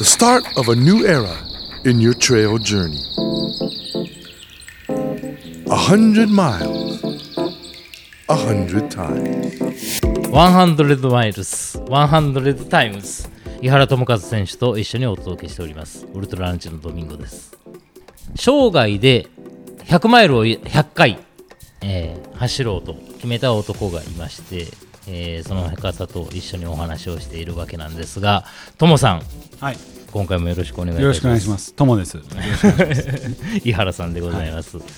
The start of a new era in your trail journey. 100 miles, 100 times. 100 miles, 100 times。井原智和選手と一緒にお届けしております。ウルトラランチのドミンゴです。生涯で100マイルを100回、走ろうと決めた男がいまして、その方と一緒にお話をしているわけなんですが、トモさん、 はい、 今回もよろしくお願いいたします。 よろしくお願いします。トモです。 井原さんでございます。はい、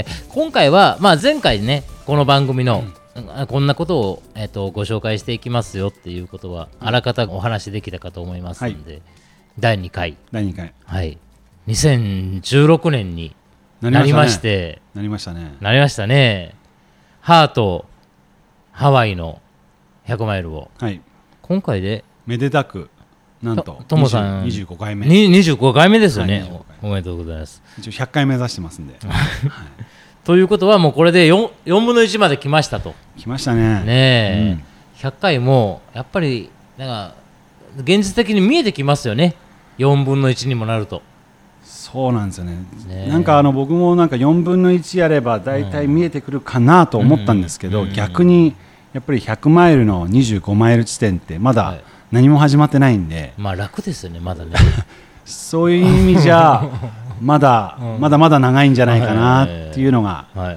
今回は、前回ねこの番組の、こんなことを、ご紹介していきますよっていうことは、あらかたお話できたかと思いますので、第2回、はい、2016年になりまして、 なりましたね。ハートハワイの100マイルを、はい、今回でめでたくなんとトモさん 25回目 25回目ですよね、 はい、 おめでとうございます。 一応100回目指してますんで、はい、 ということはもうこれで 4分の1まで来ましたと。 来ましたね。 ねえ、100回もやっぱりなんか現実的に見えてきますよね。4分の1にもなると。 そうなんですよね。なんか僕もなんか4分の1やればだいたい見えてくるかなと思ったんですけど、逆にやっぱり100マイルの25マイル地点ってまだ何も始まってないんで、 まあ楽ですよね、まだね。 そういう意味じゃまだ長いんじゃないかなっていうのが、 はい、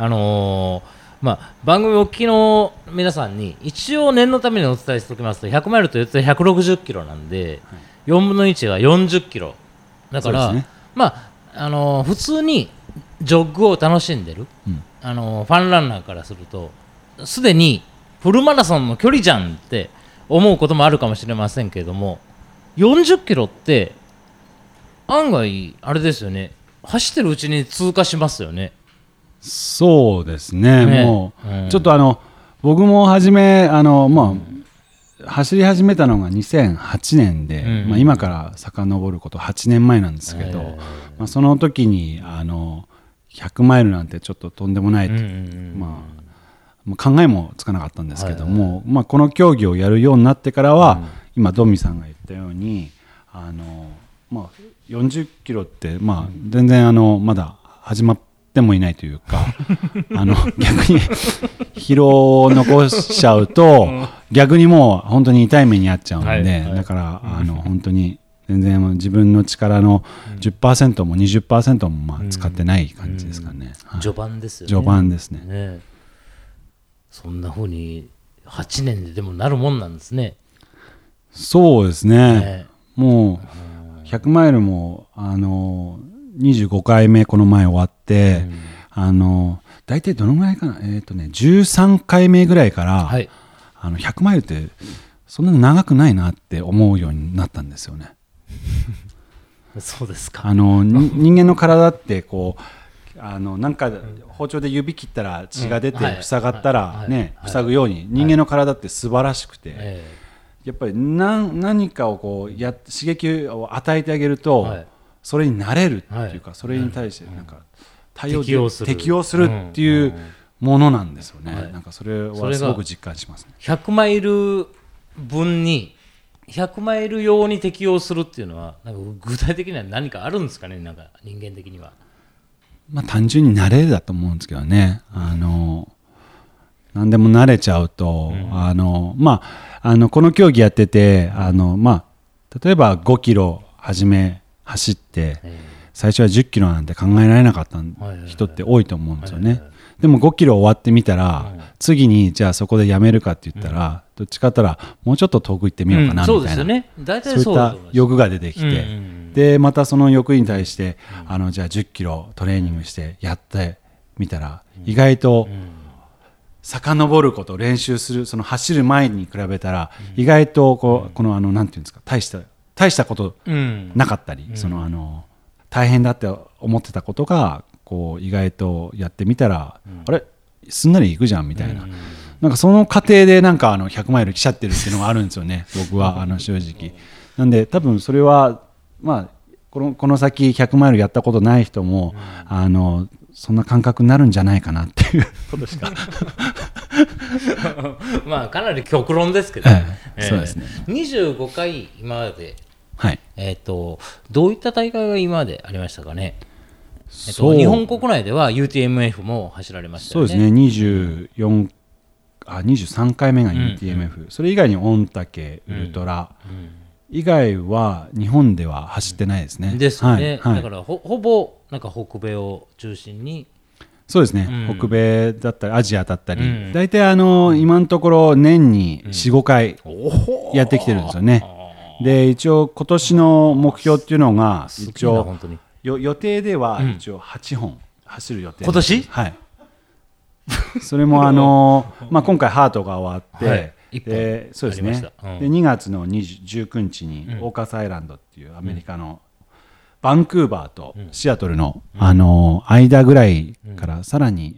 番組お聞きの皆さんに一応念のためにお伝えしておきますと、100マイルというと160キロなんで、4分の1が40キロだから、ね、普通にジョッグを楽しんでる、ファンランナーからするとすでにフルマラソンの距離じゃんって思うこともあるかもしれませんけれども、40キロって案外あれですよね、走ってるうちに通過しますよね。 そうですね、もう、ちょっと僕も初め走り始めたのが2008年で、今から遡ること8年前なんですけど、その時に100マイルなんてちょっととんでもないと、考えもつかなかったんですけども、この競技をやるようになってからは、今ドミさんが言ったように40キロって、全然まだ始まってもいないというか逆に疲労を残しちゃうと逆にもう本当に痛い目に遭っちゃうんで、だから本当に全然自分の力の 10% も 20% も使ってない感じですかね。 序盤ですよね。 序盤ですね。 そんな風に8年ででもなるもんなんですね。 そうですね、もう100マイルも25回目この前終わって、大体どのぐらいかな、13回目ぐらいから、100マイルってそんなに長くないなって思うようになったんですよね。 そうですか。 人間の体ってこうなんか包丁で指切ったら血が出て塞がったらね、塞ぐように人間の体って素晴らしくて、やっぱり何かをこう刺激を与えてあげると、それに慣れるっていうか、それに対してなんか適応するっていうものなんですよね。なんかそれはすごく実感しますね。 100マイル分に100マイル用に適応するっていうのはなんか具体的には何かあるんですかね。なんか人間的には単純に慣れだと思うんですけどね。何でも慣れちゃうと、この競技やってて例えば5キロ走って、最初は10キロなんて考えられなかった人って多いと思うんですよね。でも5キロ終わってみたら、次にじゃあそこでやめるかって言ったら、どっちかって言ったらもうちょっと遠く行ってみようかなみたいな、そういった欲が出てきて、でまたその欲に対してじゃあ10キロトレーニングしてやってみたら、意外と遡ることを練習する、その走る前に比べたら意外とこのなんていうんですか、大したことなかったり、大変だって思ってたことがこう意外とやってみたら、あれすんなりいくじゃんみたいな、なんかその過程でなんか100マイル来ちゃってるっていうのがあるんですよね。僕は正直なんで、多分それはこの先100マイルやったことない人もそんな感覚になるんじゃないかなっていうことしかかなり極論ですけど、 そうですね。 25回今まではい、 どういった大会が今までありましたかね。日本国内では UTMF も走られましたよね。 そうですね、23回目が UTMF、それ以外に御嶽ウルトラ以外は日本では走ってないですね。 ですよね、だからほぼなんか北米を中心に。 そうですね、北米だったりアジアだったり、大体今のところ年に 4,5 回やってきてるんですよね。で一応今年の目標っていうのが一応予定では一応8本走る予定、 今年、 はい、それも今回ハートが終わって、でそうですね、で2月の19日にオーカスアイランドっていうアメリカのバンクーバーとシアトルの、間ぐらいからさらに、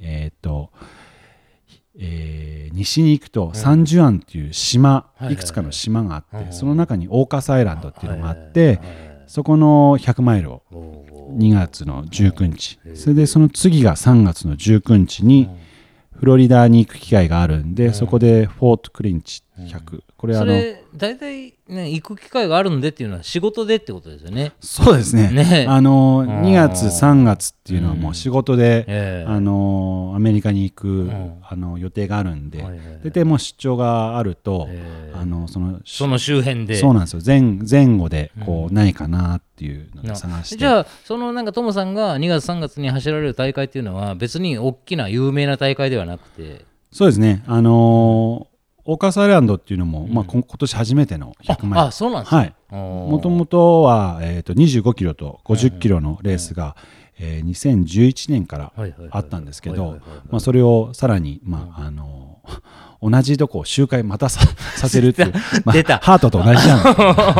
西に行くとサンジュアンっていう島、いくつかの島があって、その中にオーカスアイランドっていうのがあって、そこの100マイルを2月の19日、それでその次が3月の19日にフロリダに行く機会があるんで、そこでフォートクリンチ100、これそれ大体ね行く機会があるんでっていうのは仕事でってことですよね。 そうですね。2月3月っていうのはもう仕事で、アメリカに行く、予定があるんで、大体もう出張があると、 その周辺で。 そうなんですよ。前後でこうないかなっていうのを探して。 じゃあなんかトモさんが2月3月に走られる大会っていうのは別に大きな有名な大会ではなくて。 そうですね。オーカスアイランドっていうのも、今年初めての100マイル。 そうなんですね。 もともとは、25キロと50キロのレースが、2011年からあったんですけど、それをさらに、同じとこを周回またさせるっていう、ハートと同じなん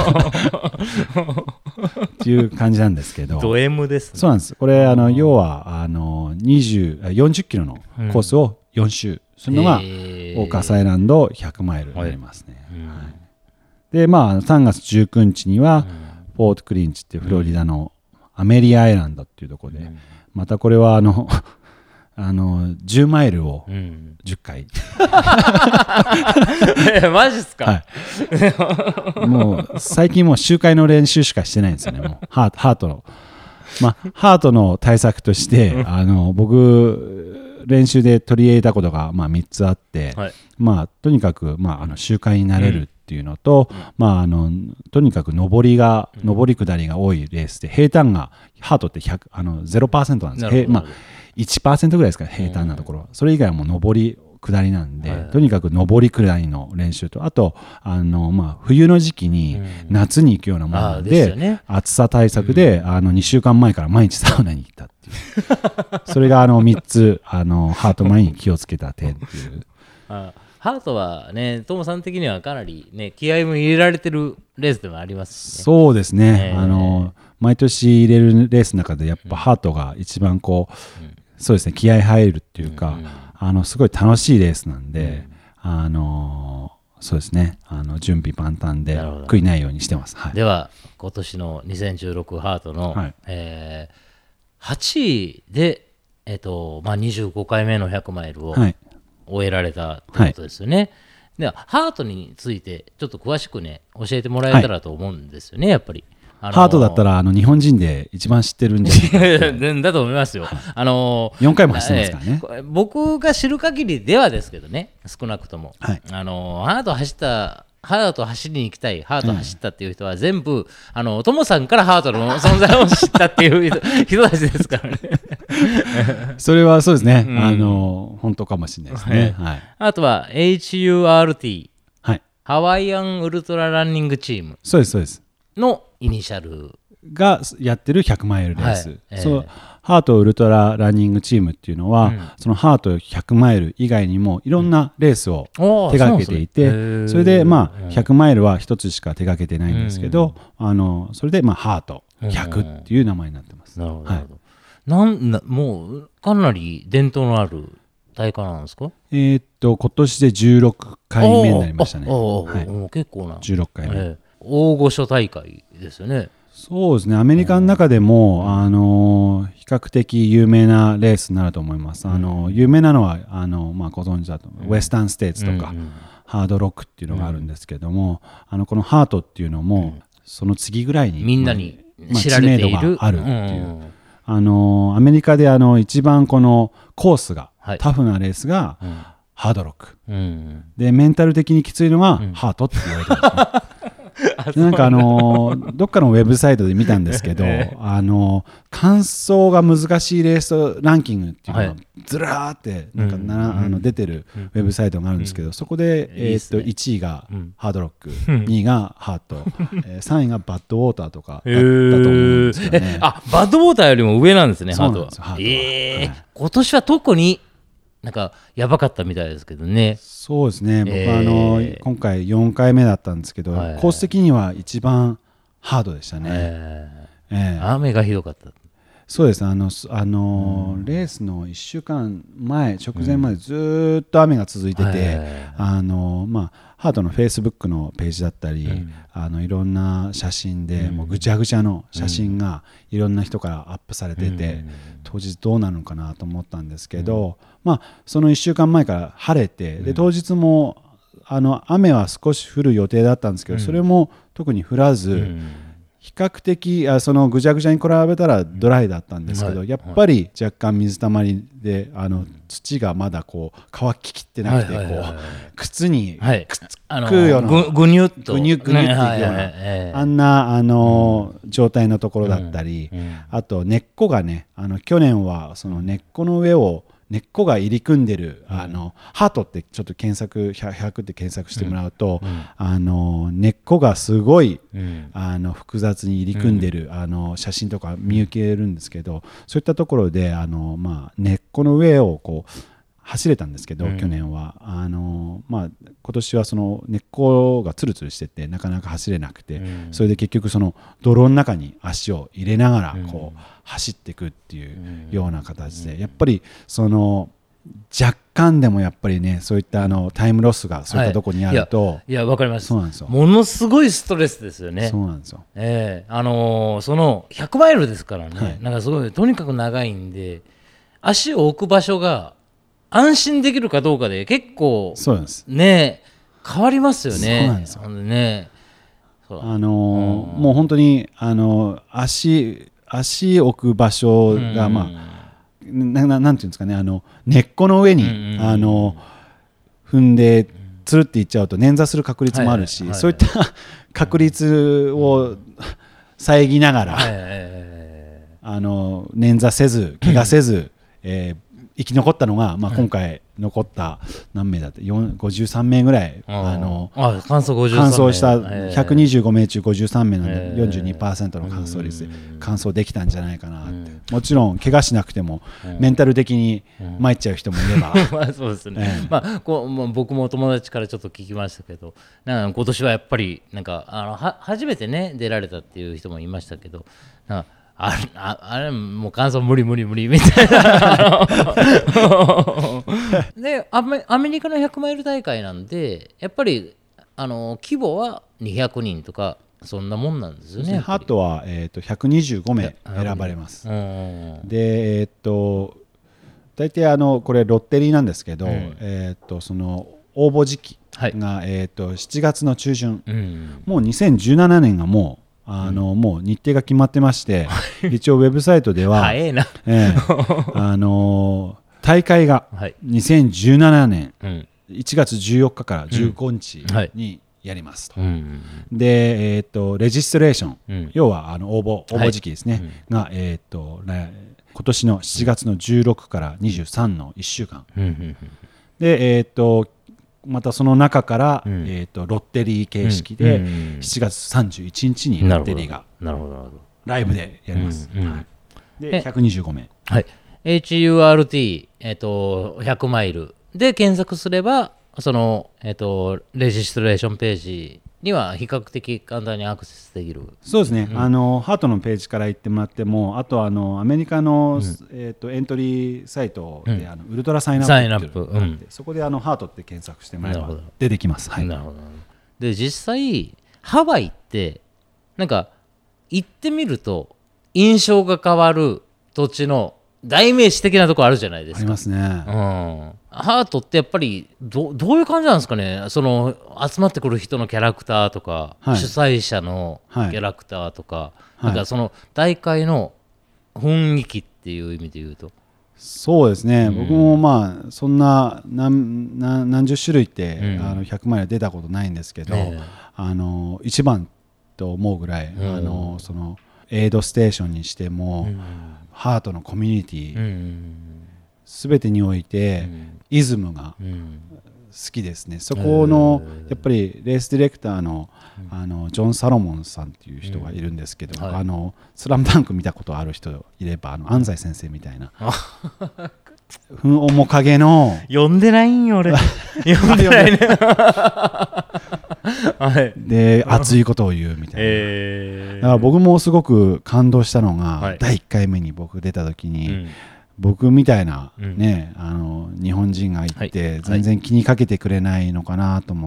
ですっていう感じなんですけど、 ド M ですね。 そうなんです。これ要は40キロのコースを4周するのがオーカスアイランド100マイルになりますね。で3月19日にはフォートクリンチっていうフロリダのアメリアアイランドっていうところで、またこれは10マイルを10回マジっすか。 もう最近もう周回の練習しかしてないんですよね。もうハートの対策として僕練習で取り入れたことが3つあって、とにかく周回になれるっていうのと、とにかく上り下りが多いレースで、平坦がハートって0% なんです。1% ぐらいですか、平坦なところ。それ以外はもう上り下りなんで、とにかく上り下りの練習と、あと冬の時期に夏に行くようなものなので、暑さ対策で2週間前から毎日サウナに行ったっていうそれが3つハート前に気をつけた点っていう。 ハートはね、トモさん的にはかなりね、気合も入れられてるレースでもありますしね。 そうですね、毎年入れるレースの中でやっぱハートが一番そうですね、気合入るっていうか、すごい楽しいレースなんで、そうですね、準備万端で悔いないようにしてます。 では今年の2016ハートの、8位で、25回目の100マイルを終えられたということですよね。ではハートについてちょっと詳しくね教えてもらえたらと思うんですよね。やっぱりハートだったら日本人で一番知ってるんじゃないだと思いますよ。 4回も走ってますからね。 僕が知る限りではですけどね、少なくとも、ハート走りに行きたい、ハート走ったっていう人は全部トモさんからハートの存在を知ったっていう人たちですからね。 それはそうですね、本当かもしれないですね。 あとは HURT、ハワイアンウルトラランニングチーム、 そうですそうですのイニシャルがやってる100マイルレース、ハートウルトラランニングチームっていうのは、そのハート100マイル以外にもいろんなレースを手掛けていて、それで100マイルは一つしか手掛けてないんですけど、それでハート100っていう名前になってます。 なるほど。もうかなり伝統のある大会なんですか？今年で16回目になりましたね。 結構な 16回目、 大御所大会ですよね。 そうですね、アメリカの中でも、比較的有名なレースになると思います。有名なのはご存知だとウェスタンステーツとか、ハードロックっていうのがあるんですけども、このハートっていうのもその次ぐらいにみんなにまあ知られている、 知名度があるっていう、アメリカで一番このコースが、 はいタフなレースが、ハードロックうんでメンタル的にきついのが、ハートって言われてるんですねでなんかどっかのウェブサイトで見たんですけど、完走が難しいレースランキングっていうのがずらーってなんか出てるウェブサイトがあるんですけど、そこで、1位がハードロック、2位がハート、3位がバッドウォーターとかだったと思うんですよね。 あ、バッドウォーターよりも上なんですね、ハートは。 そうなんですよハートは今年は特になんかやばかったみたいですけどね。 そうですね、僕今回4回目だったんですけど、コース的には一番ハードでしたね。 雨がひどかった。 そうです、レースの1週間前直前までずーっと雨が続いてて、ハートのフェイスブックのページだったり、いろんな写真で、もうぐちゃぐちゃの写真がいろんな人からアップされてて、当日どうなるのかなと思ったんですけど、その1週間前から晴れて、で当日も雨は少し降る予定だったんですけど、それも特に降らず、比較的そのぐちゃぐちゃに比べたらドライだったんですけど、やっぱり若干水たまりで土がまだこう乾ききってなくて、靴にくっつくようなぐにゅっとぐにゅっていうようなあんな状態のところだったり、あと根っこがね、去年はその根っこの上を根っこが入り組んでる、ハートってちょっと検索100って検索してもらうと、根っこがすごい、複雑に入り組んでる、写真とか見受けるんですけど、そういったところで根っこの上をこう走れたんですけど、去年は今年はその根っこがツルツルしててなかなか走れなくて、それで結局その泥の中に足を入れながらこう走っていくっていうような形で、やっぱりその若干でもやっぱりね、そういったタイムロスがそういったところにあると、 いやわかります。 そうなんですよ。 ものすごいストレスですよね。 そうなんですよ。 その100マイルですからね、なんかすごいとにかく長いんで、足を置く場所が安心できるかどうかで結構そうなんですね、変わりますよね。 そうなんですよね。 もう本当に足置く場所がなんていうんですかね、根っこの上に踏んでつるっていっちゃうと捻挫する確率もあるし、そういった確率を遮りながら捻挫せず怪我せず、生き残ったのが、今回残った何名だって53名ぐらい完走した125名中53名なんで 42% の完走率で完走できたんじゃないかなって。もちろん怪我しなくてもメンタル的に参っちゃう人もいればそうですね。僕も友達からちょっと聞きましたけど、なんか今年はやっぱりなんか初めてね出られたっていう人もいましたけど、なんかあれもう完走無理みたいなでアメリカの100マイル大会なんで、やっぱり規模は200人とかそんなもんなんですよね。 ハートは、125名選ばれます。で大体これロッテリーなんですけど、その応募時期が、7月の中旬、もう2017年がもうもう日程が決まってまして一応ウェブサイトでは大会が2017年1月14日から15日にやりますと。で、レジストレーション、要は応募時期ですね、が、今年の7月の16から23の1週間で、またその中から、ロッテリー形式で7月31日にロッテリーがライブでやります。で125名、 HURT、100マイルで検索すればその、レジストレーションページには比較的簡単にアクセスできる。 そうですね、ハートのページから行ってもらっても、あとアメリカの、エントリーサイトで、ウルトラサインアップっていうのがあって、そこでハートって検索してもらえば出てきます。なるほど。 で実際ハワイってなんか行ってみると印象が変わる土地の代名詞的なとこあるじゃないですか。 ありますね。 ハートってやっぱりどういう感じなんですかね。その集まってくる人のキャラクターとか、 はい、 主催者のキャラクターとか、なんかその大会の雰囲気っていう意味で言うと。 そうですね、僕もまあそんな何十種類って、100マイル出たことないんですけど、一番と思うぐらい、そのエイドステーションにしても、ハートのコミュニティ、全てにおいて、イズムが好きですね。そこのやっぱりレースディレクターのジョン・サロモンさんっていう人がいるんですけど、スラムダンク見たことある人いれば安西先生みたいな面影の読んでないんよ俺読んでないねで熱いことを言うみたいな、だから僕もすごく感動したのが、第1回目に僕出た時に、僕みたいな、ね、日本人が行って全然気にかけてくれないのかなと思って、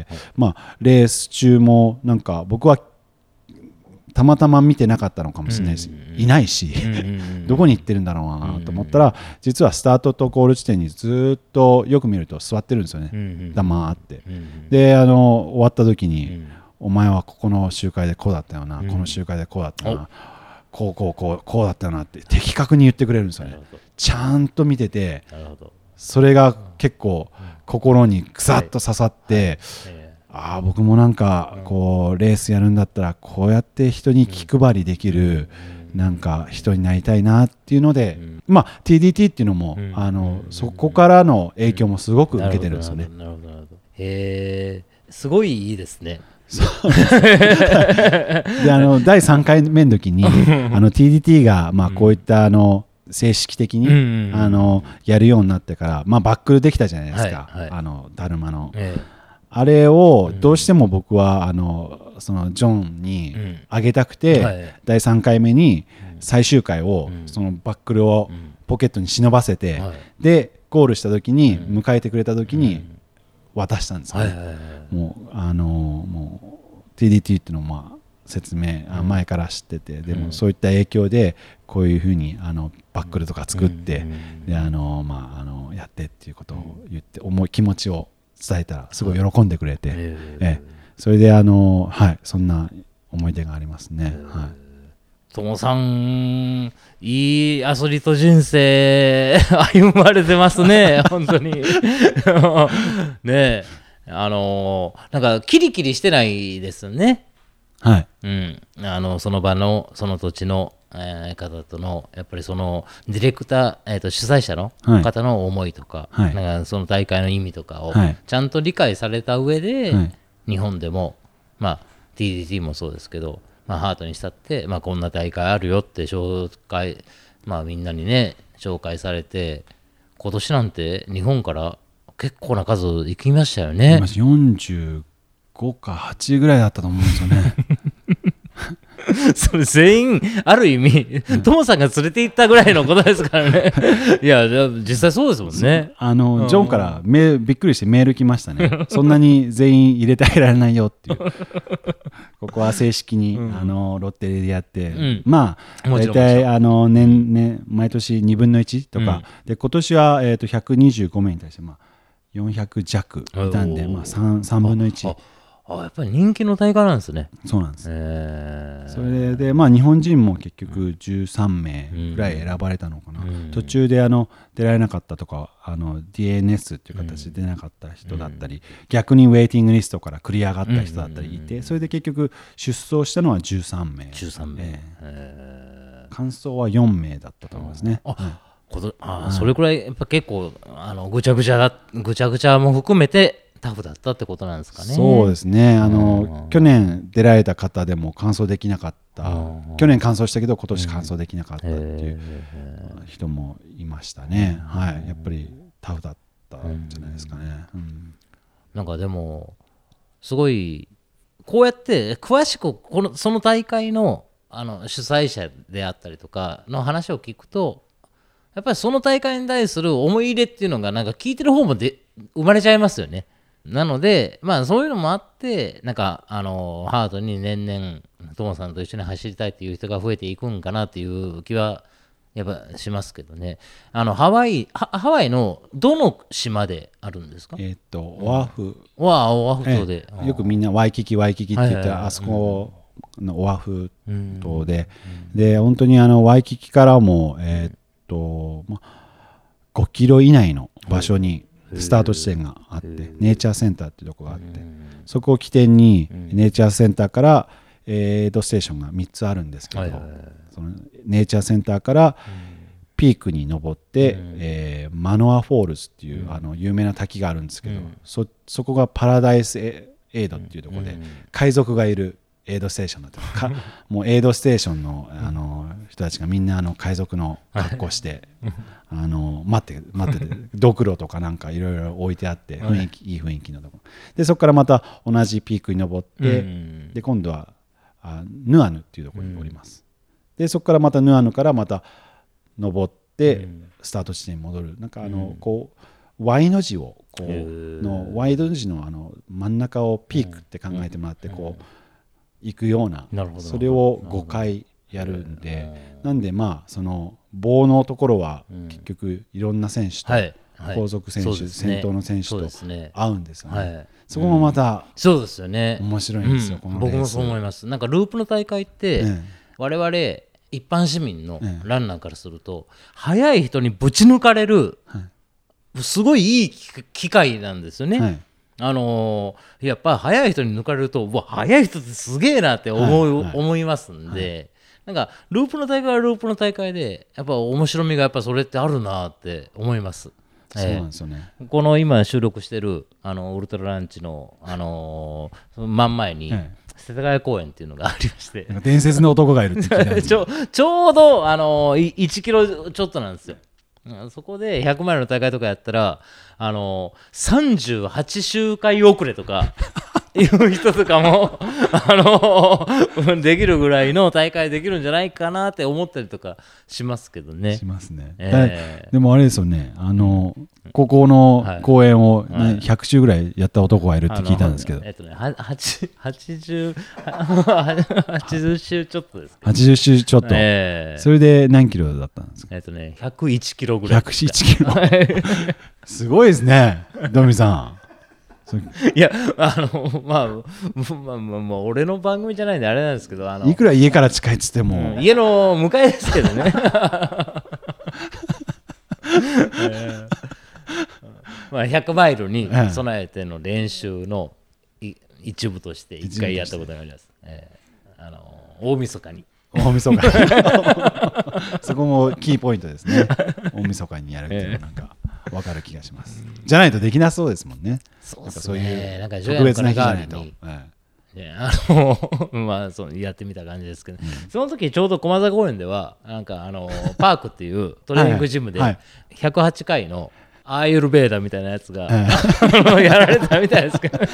まあ、レース中もなんか僕はたまたま見てなかったのかもしれないし、いないしどこに行ってるんだろうなと思ったら、実はスタートとゴール地点にずっとよく見ると座ってるんですよね、黙って。で終わった時に、お前はここの集会でこうだったよな、この集会でこうだったよな、こうだったよなって的確に言ってくれるんですよね。ちゃんと見てて、それが結構心にグサッと刺さって、僕もなんかこうレースやるんだったらこうやって人に気配りできるなんか人になりたいなっていうので、まあ TDT っていうのもそこからの影響もすごく受けてるんですよね。 へー、すごいいいですね。 で第3回目の時にTDT がまあこういった正式的にやるようになってから、まあ、バックルできたじゃないですか、ダルマの、あれをどうしても僕はそのジョンにあげたくて、第3回目に最終回をそのバックルをポケットに忍ばせて、でゴールした時に迎えてくれた時に渡したんですよね。もう TDT っていうのをまあ説明前から知ってて、でもそういった影響でこういうふうにバックルとか作って、でやってっていうことを言って気持ちを伝えたらすごい喜んでくれて、それでそんな思い出がありますね。 ともさん、いいアスリート人生歩まれてますね本当にね。なんかキリキリしてないですね。その場のその土地の、方とのやっぱりそのディレクター、主催者の方の思いとか、なんかその大会の意味とかをちゃんと理解された上で、日本でも、まあ、TDT もそうですけど、まあ、ハートにしたって、まあ、こんな大会あるよって紹介、まあ、みんなにね紹介されて、今年なんて日本から結構な数行きましたよね。 45か8ぐらいだったと思うんですよねそれ全員ある意味トモさんが連れて行ったぐらいのことですからねいや実際そうですもんね。 ジョンからびっくりしてメール来ましたねそんなに全員入れてあげられないよっていうここは正式に、ロッテでやって、まあ大体毎年2分の1とか、で今年は、125名に対して、まあ、400弱いたんで、まあ、3分の1。 やっぱり人気の大会なんですね。 そうなんです。それで、まあ、日本人も結局13名ぐらい選ばれたのかな、途中で出られなかったとかDNS っていう形で出なかった人だったり、逆にウェイティングリストから繰り上がった人だったりいて、それで結局出走したのは13名。完走は4名だったと思いますね。 それくらいやっぱ結構ぐちゃぐちゃも含めてタフだったってことなんですかね。 そうですね。去年出られた方でも完走できなかった、去年完走したけど今年完走できなかったっていう人もいましたね。やっぱりタフだったんじゃないですかね。 なんかでもすごいこうやって詳しくその大会の主催者であったりとかの話を聞くと、やっぱりその大会に対する思い入れっていうのがなんか聞いてる方も生まれちゃいますよね。なので、まあそういうのもあって、なんかハードに年々トモさんと一緒に走りたいっていう人が増えていくんかなっていう気はやっぱしますけどね。ハワイのどの島であるんですか？ オアフ、 オアフ島で、 よくみんなワイキキって言って、 はいはいはい、 あそこのオアフ島で、で本当にワイキキからも5キロ以内の場所にスタート地点があって、ネイチャーセンターっていうところがあって、そこを起点にネイチャーセンターからエイドステーションが3つあるんですけど、そのネイチャーセンターからピークに登って、マノアフォールズっていう有名な滝があるんですけど、そこがパラダイスエイドっていうところで海賊がいるエイドステーションだったもうエイドステーションの、人たちがみんな海賊の格好して待っててドクロとかなんかいろいろ置いてあっていい雰囲気のところで、そこからまた同じピークに登って、で今度はヌアヌっていうところにおります。でそこからまたヌアヌからまた登ってスタート地点に戻る、なんかこう Y の字をY の字の真ん中をピークって考えてもらってこう行くような、それを5回やるんで、なんでまあその棒のところは結局いろんな選手と後続選手、先頭の選手と合うんですよね。そこもまたそうですよね、 面白いんですよ、このレース。 僕もそう思います。なんかループの大会って我々一般市民のランナーからすると速い人にぶち抜かれるすごいいい機会なんですよね。やっぱ速い人に抜かれると速い人ってすげえなって思いますんで、なんかループの大会はループの大会でやっぱ面白みがやっぱそれってあるなって思います。 そうなんですよね。 この今収録してるウルトラランチの真ん前に世田谷公園っていうのがありまして、 伝説の男がいるって聞いたんですちょうど1キロちょっとなんですよ。そこで100マイルの大会とかやったら38周回遅れとかいう人とかもできるぐらいの大会できるんじゃないかなって思ったりとかしますけどね。 しますね。でもあれですよね、ここの公演を100周ぐらいやった男がいるって聞いたんですけど、 80周ちょっとですけど、 80周ちょっと、それで何キロだったんですか ？101キロぐらい。 101キロすごいですね、ドミさん。 いやまあ俺の番組じゃないんであれなんですけど、 いくら家から近いっつっても、 家の向かいですけどね100マイルに備えての練習の一部として1回やったことがあります。大晦日にそこもキーポイントですね。大晦日にやるっていうのはなんか分かる気がします。じゃないとできなそうですもんね。そういう特別な日じゃないと。 やってみた感じですけど、その時ちょうど駒沢公園ではなんかパークっていうトレーニングジムで108回のアーユルベーダみたいなやつがやられたみたいですけど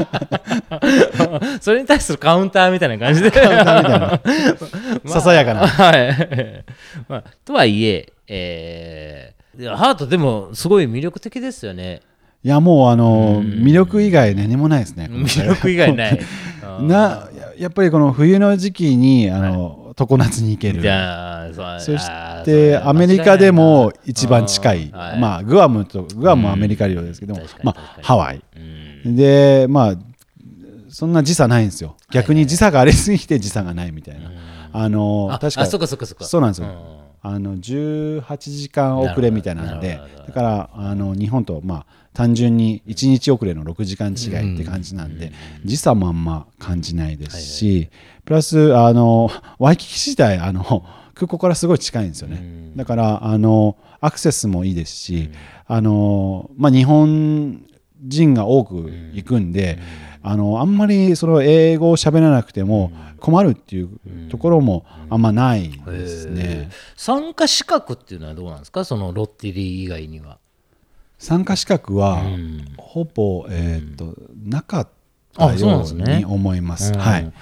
それに対するカウンターみたいな感じでささやかな、 とはいえハートでもすごい魅力的ですよね。 いやもう魅力以外何もないですね。 魅力以外ないやっぱりこの冬の時期に常夏に行ける。そしてアメリカでも一番近い、グアムもアメリカ領ですけども、ハワイでそんな時差ないんですよ。逆に時差がありすぎて時差がないみたいな。確かそうなんですよ。18時間遅れみたいなんで、だから日本と単純に1日遅れの6時間違いって感じなんで、時差もあんま感じないですし、プラスワイキキ自体空港からすごい近いんですよね。だからアクセスもいいですし、日本人が多く行くんで、あんまりその英語を喋らなくても困るっていうところもあんまないですね。 参加資格っていうのはどうなんですか、そのロッテリー以外には。 参加資格はほぼなかったように思います。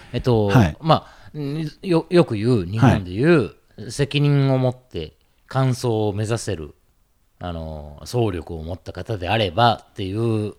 よく言う日本で言う責任を持って完走を目指せる走力を持った方であればっていう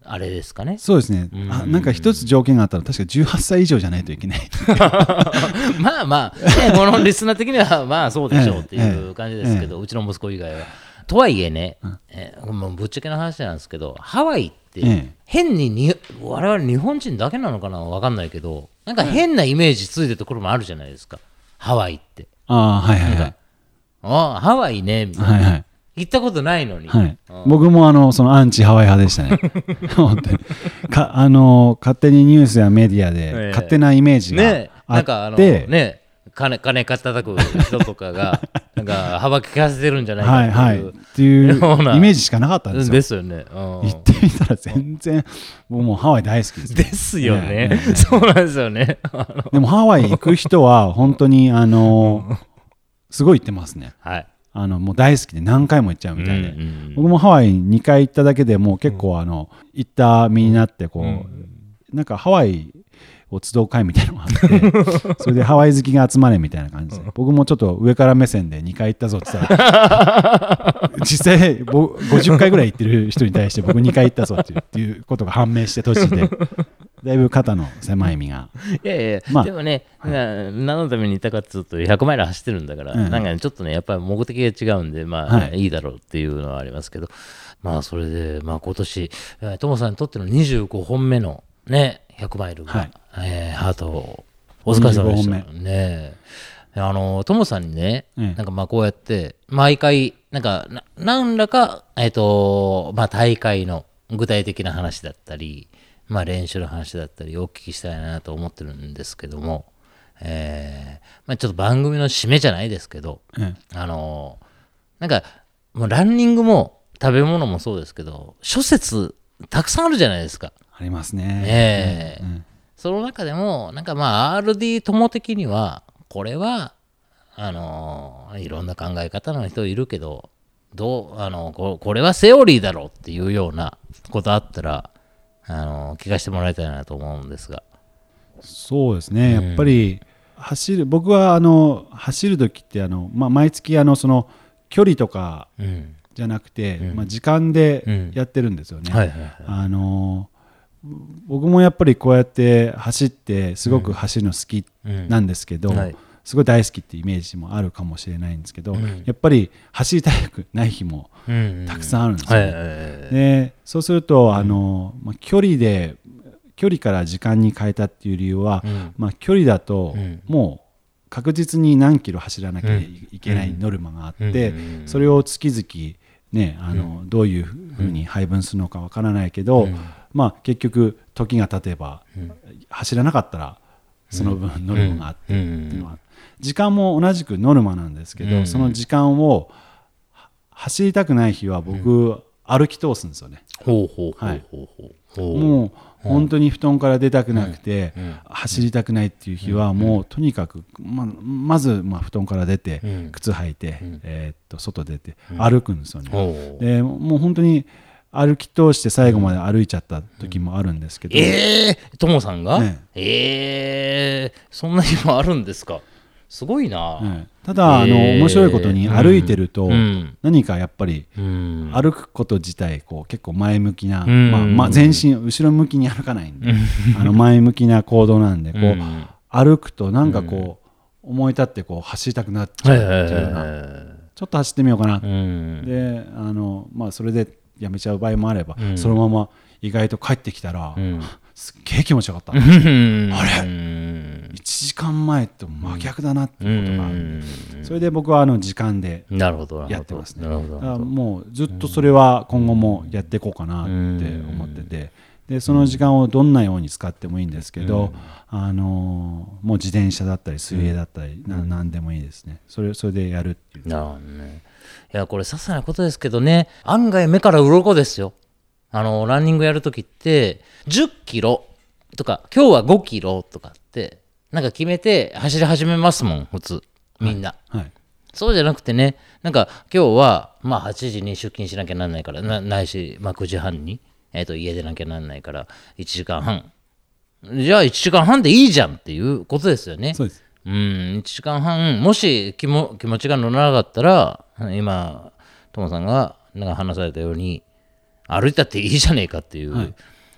あれですかね。 そうですね。なんか一つ条件があったら確か18歳以上じゃないといけない。 まあまあ、ね、このリスナー的にはまあそうでしょうっていう感じですけど、うちの息子以外は。とはいえね、もうぶっちゃけの話なんですけど、ハワイって変に我々日本人だけなのかな分かんないけど、なんか変なイメージついてるところもあるじゃないですか、ハワイって。 はいはいはい。 ハワイねみたいな、はいはい、行ったことないのに、はい、 僕もそのアンチハワイ派でしたね。本当に勝手にニュースやメディアで勝手なイメージがあって、 ね、金叩く人とかがなんか幅利かせてるんじゃないかっていうイメージしかなかったんですよ。 ですよね。 行ってみたら全然僕もうハワイ大好きです、ね。 ですよね。そうなんですよね。 でもハワイ行く人は本当にすごい行ってますね。 はい。 もう大好きで何回も行っちゃうみたいで、僕もハワイ2回行っただけでもう結構行った身になってなんかハワイを集う会みたいなのがあってそれでハワイ好きが集まれみたいな感じで、僕もちょっと上から目線で2回行ったぞって言ったら実際50回ぐらい行ってる人に対して僕2回行ったぞっていうことが判明して途中でだいぶ肩の狭い身がいやいや、まあ、でもね、何のために行ったかっていうと100マイル走ってるんだから、なんかねちょっとねやっぱり目的が違うんでまあ、いいだろうっていうのはありますけど、まあそれでまあ今年トモさんにとっての25本目のね100マイルが、ハートお疲れ様でしたね。トモさんにね、なんかまあこうやって毎回なんか何らかまあ大会の具体的な話だったり、まあ練習の話だったりお聞きしたいなと思ってるんですけども、まあちょっと番組の締めじゃないですけど、なんかもうランニングも食べ物もそうですけど諸説たくさんあるじゃないですか。 ありますね。 その中でもなんかまあ RD 友的にはこれはいろんな考え方の人いるけどこれはセオリーだろうっていうようなことあったら聞かせてもらいたいなと思うんですが。 そうですね、やっぱり僕は走る時って毎月その距離とかじゃなくて、時間でやってるんですよね。僕もやっぱりこうやって走ってすごく走るの好きなんですけど、すごい大好きってイメージもあるかもしれないんですけど、やっぱり走りたくない日もたくさんあるんですよね。でそうすると距離から時間に変えたっていう理由は、距離だともう確実に何キロ走らなきゃいけないノルマがあって、それを月々ねどういうふうに配分するのかわからないけど、結局時が経てば走らなかったらその分ノルマがあってっていうのは、時間も同じくノルマなんですけど、その時間を走りたくない日は僕歩き通すんですよね。もう本当に布団から出たくなくて走りたくないっていう日はもうとにかくまず布団から出て靴履いて外出て歩くんですよね。でもう本当に歩き通して最後まで歩いちゃった時もあるんですけど、 トモさんが、そんな日もあるんですか。すごいな。 ただ面白いことに歩いてると何かやっぱり歩くこと自体結構前向きな、前進後ろ向きに歩かないんで前向きな行動なんで歩くとなんか思い立って走りたくなっちゃうっていうような、ちょっと走ってみようかなでそれでやめちゃう場合もあれば、そのまま意外と帰ってきたら、すっげえ気持ちよかった、あれ1時間前と真逆だなっていうことがあるんで、それで僕は時間でやってますね。だからもうずっとそれは今後もやっていこうかなって思ってて、でその時間をどんなように使ってもいいんですけど、もう自転車だったり水泳だったり何でもいいですね。それでやるっていう。 なるほどね。いやこれ些細なことですけどね、案外目から鱗ですよ。ランニングやるときって10キロとか今日は5キロとかってなんか決めて走り始めますもん普通みんな、そうじゃなくてね、なんか今日は8時に出勤しなきゃなんないからないし、9時半に、家出なきゃなんないから1時間半、じゃあ1時間半でいいじゃんっていうことですよね。 そうです。 1時間半もし気持ちが乗らなかったら今トモさんがなんか話されたように歩いたっていいじゃねえかっていう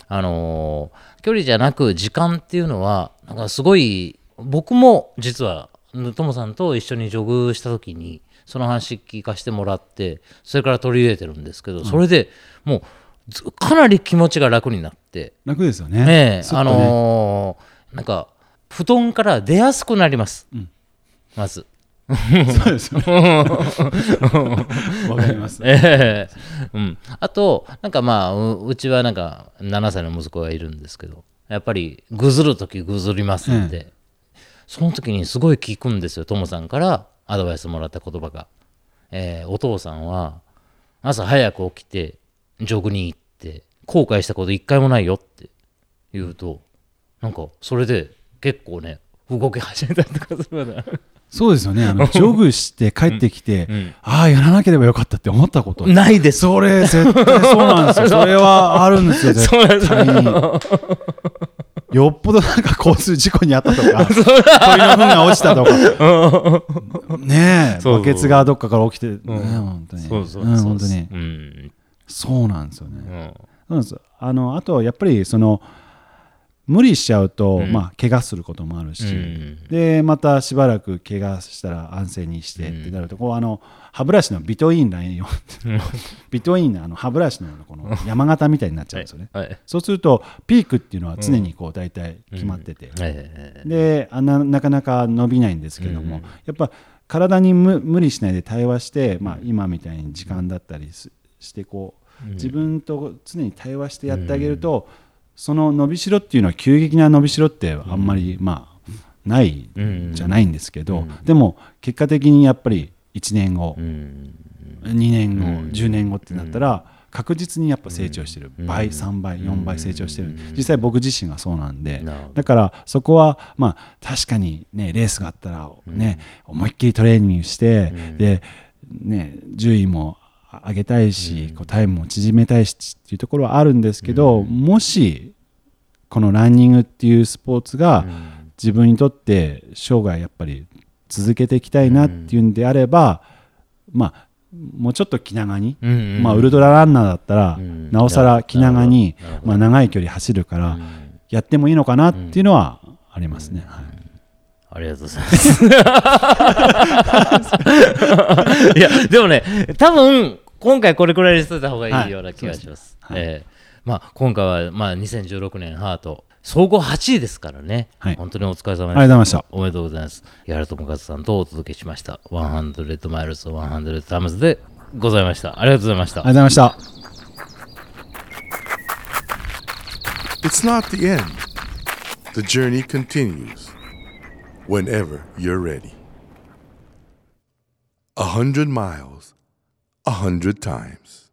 距離じゃなく時間っていうのはなんかすごい、僕も実はトモさんと一緒にジョグした時にその話聞かせてもらって、それから取り入れてるんですけど、それでもうかなり気持ちが楽になって、 楽ですよね。 なんか布団から出やすくなります、まず。 そうですよね。わかります。 あとなんかまあうちはなんか7歳の息子がいるんですけど、やっぱりぐずるときぐずりますんで、その時にすごい聞くんですよ、トモさんからアドバイスもらった言葉が、お父さんは朝早く起きてジョグに行って後悔したこと一回もないよって言うと、なんかそれで結構ね動き始めたりとかするからそうですよね。ジョグして帰ってきて、ああやらなければよかったって思ったことないです。 それ絶対そうなんですよ。それはあるんですよ、絶対に。よっぽどなんか交通事故にあったとか、鳥の糞が落ちたとか、ねえ、バケツがどっかから起きて、本当に、本当に、そうなんですよね。あとやっぱり無理しちゃうと、怪我することもあるし、でまたしばらく怪我したら安静にしてってなると、歯ブラシのビトインラインをビトインの歯ブラシのこの山形みたいになっちゃうんですよね。そうするとピークっていうのは常にこう大体決まってて、でなかなか伸びないんですけども、やっぱ体に無理しないで対話して、今みたいに時間だったりしてこう自分と常に対話してやってあげると、その伸びしろっていうのは急激な伸びしろってあんまりないじゃないんですけど、でも結果的にやっぱり1年後、2年後、10年後ってなったら確実にやっぱ成長してる、倍3倍4倍成長してる。実際僕自身がそうなんで、だからそこは確かにね、レースがあったらね、思いっきりトレーニングして、でね、順位も上げたいし、タイムも縮めたいしっていうところはあるんですけど、もしこのランニングっていうスポーツが自分にとって生涯やっぱり続けていきたいなっていうんであれば、もうちょっと気長に、ウルトラランナーだったらなおさら気長に、長い距離走るからやってもいいのかなっていうのはありますね。 ありがとうございます。いやでもね、多分今回これくらいにしといた方がいいような気がします。今回は2016年ハート総合8位ですからね、本当にお疲れ様でした。 ありがとうございました。 おめでとうございます。矢原智和さんとお届けしました100マイルズ100タイムズでございました。ありがとうございました。 ありがとうございました。 It's not the end. The journey continues whenever you're ready. 100 miles, 100 times.